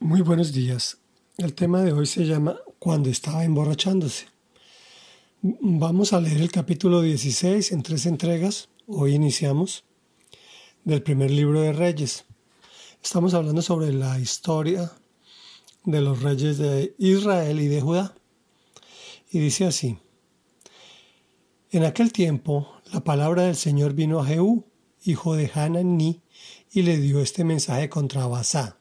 Muy buenos días. El tema de hoy se llama Cuando estaba emborrachándose. Vamos a leer el capítulo 16 en 3 entregas. Hoy iniciamos del primer libro de Reyes. Estamos hablando sobre la historia de los reyes de Israel y de Judá. Y dice así: En aquel tiempo la palabra del Señor vino a Jehú, hijo de Hananí, y le dio este mensaje contra Baasá.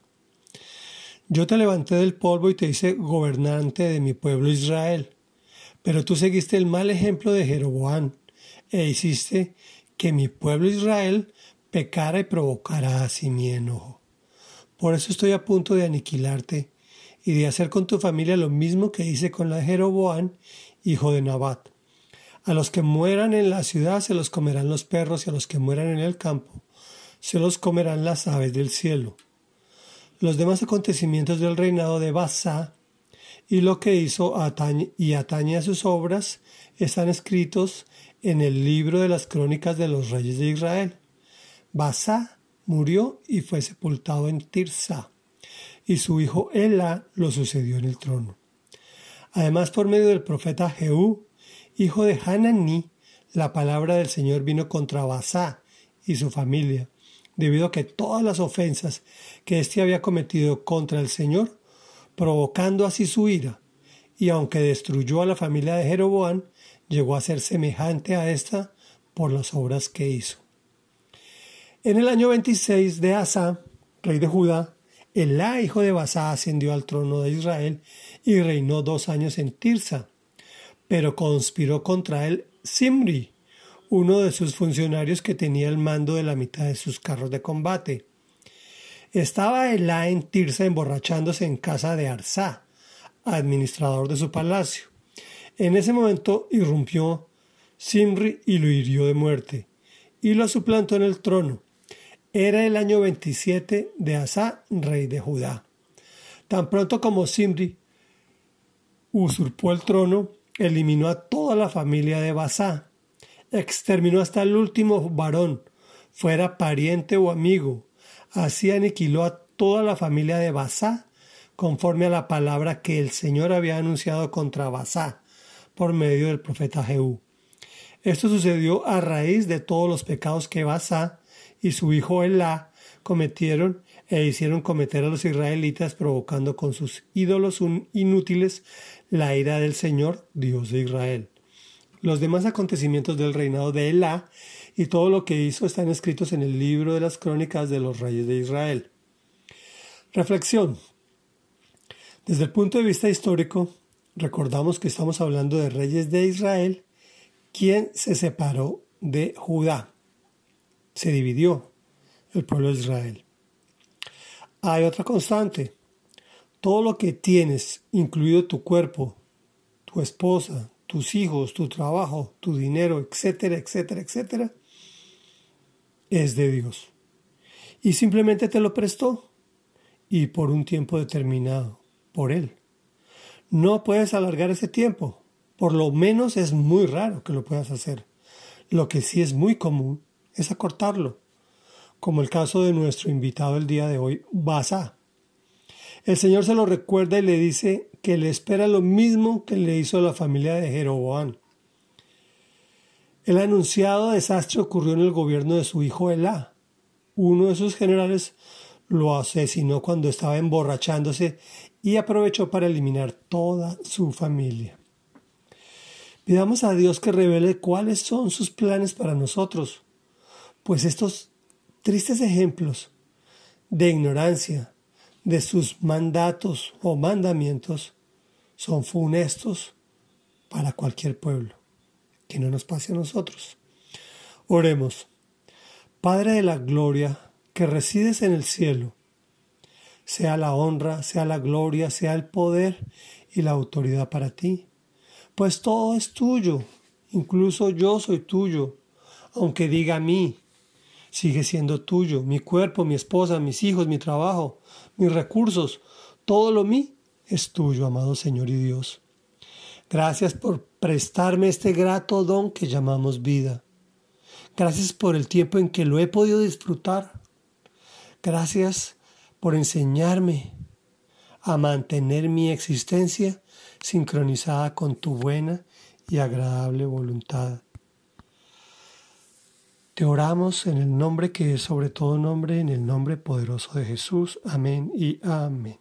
Yo te levanté del polvo y te hice gobernante de mi pueblo Israel, pero tú seguiste el mal ejemplo de Jeroboam e hiciste que mi pueblo Israel pecara y provocara así mi enojo. Por eso estoy a punto de aniquilarte y de hacer con tu familia lo mismo que hice con la de Jeroboam, hijo de Nabat. A los que mueran en la ciudad se los comerán los perros, y a los que mueran en el campo se los comerán las aves del cielo. Los demás acontecimientos del reinado de Baasá y lo que hizo atañe a sus obras están escritos en el libro de las crónicas de los reyes de Israel. Baasá murió y fue sepultado en Tirsa, y su hijo Elá lo sucedió en el trono. Además, por medio del profeta Jehú, hijo de Hananí, la palabra del Señor vino contra Baasá y su familia, debido a que todas las ofensas que éste había cometido contra el Señor, provocando así su ira, y aunque destruyó a la familia de Jeroboam, llegó a ser semejante a esta por las obras que hizo. En el año 26 de Asa, rey de Judá, Elá, hijo de Baasá, ascendió al trono de Israel y reinó 2 años en Tirsa, pero conspiró contra él Zimri, uno de sus funcionarios que tenía el mando de la mitad de sus carros de combate. Estaba Elá en Tirsa emborrachándose en casa de Arsá, administrador de su palacio. En ese momento irrumpió Zimri y lo hirió de muerte, y lo suplantó en el trono. Era el año 27 de Asa, rey de Judá. Tan pronto como Zimri usurpó el trono, eliminó a toda la familia de Baasá. Exterminó hasta el último varón, fuera pariente o amigo. Así aniquiló a toda la familia de Baasá, conforme a la palabra que el Señor había anunciado contra Baasá, por medio del profeta Jehú. Esto sucedió a raíz de todos los pecados que Baasá y su hijo Elá cometieron e hicieron cometer a los israelitas, provocando con sus ídolos inútiles la ira del Señor, Dios de Israel. Los demás acontecimientos del reinado de Elá y todo lo que hizo están escritos en el libro de las crónicas de los reyes de Israel. Reflexión. Desde el punto de vista histórico, recordamos que estamos hablando de reyes de Israel, quien se separó de Judá. Se dividió el pueblo de Israel. Hay otra constante. Todo lo que tienes, incluido tu cuerpo, tu esposa, tus hijos, tu trabajo, tu dinero, etcétera, etcétera, etcétera, es de Dios. Y simplemente te lo prestó, y por un tiempo determinado, por Él. No puedes alargar ese tiempo. Por lo menos es muy raro que lo puedas hacer. Lo que sí es muy común es acortarlo, como el caso de nuestro invitado el día de hoy, Baasá. El Señor se lo recuerda y le dice que le espera lo mismo que le hizo a la familia de Jeroboam. El anunciado desastre ocurrió en el gobierno de su hijo Elá. Uno de sus generales lo asesinó cuando estaba emborrachándose y aprovechó para eliminar toda su familia. Pidamos a Dios que revele cuáles son sus planes para nosotros, pues estos tristes ejemplos de ignorancia de sus mandatos o mandamientos son funestos para cualquier pueblo. Que no nos pase a nosotros. Oremos. Padre de la gloria, que resides en el cielo, sea la honra, sea la gloria, sea el poder y la autoridad para ti, pues todo es tuyo, incluso yo soy tuyo, aunque diga a mí, sigue siendo tuyo, mi cuerpo, mi esposa, mis hijos, mi trabajo, mis recursos, todo lo mío es tuyo, amado Señor y Dios. Gracias por prestarme este grato don que llamamos vida. Gracias por el tiempo en que lo he podido disfrutar. Gracias por enseñarme, a mantener mi existencia sincronizada con tu buena y agradable voluntad. Te oramos en el nombre que es sobre todo nombre, en el nombre poderoso de Jesús. Amén y amén.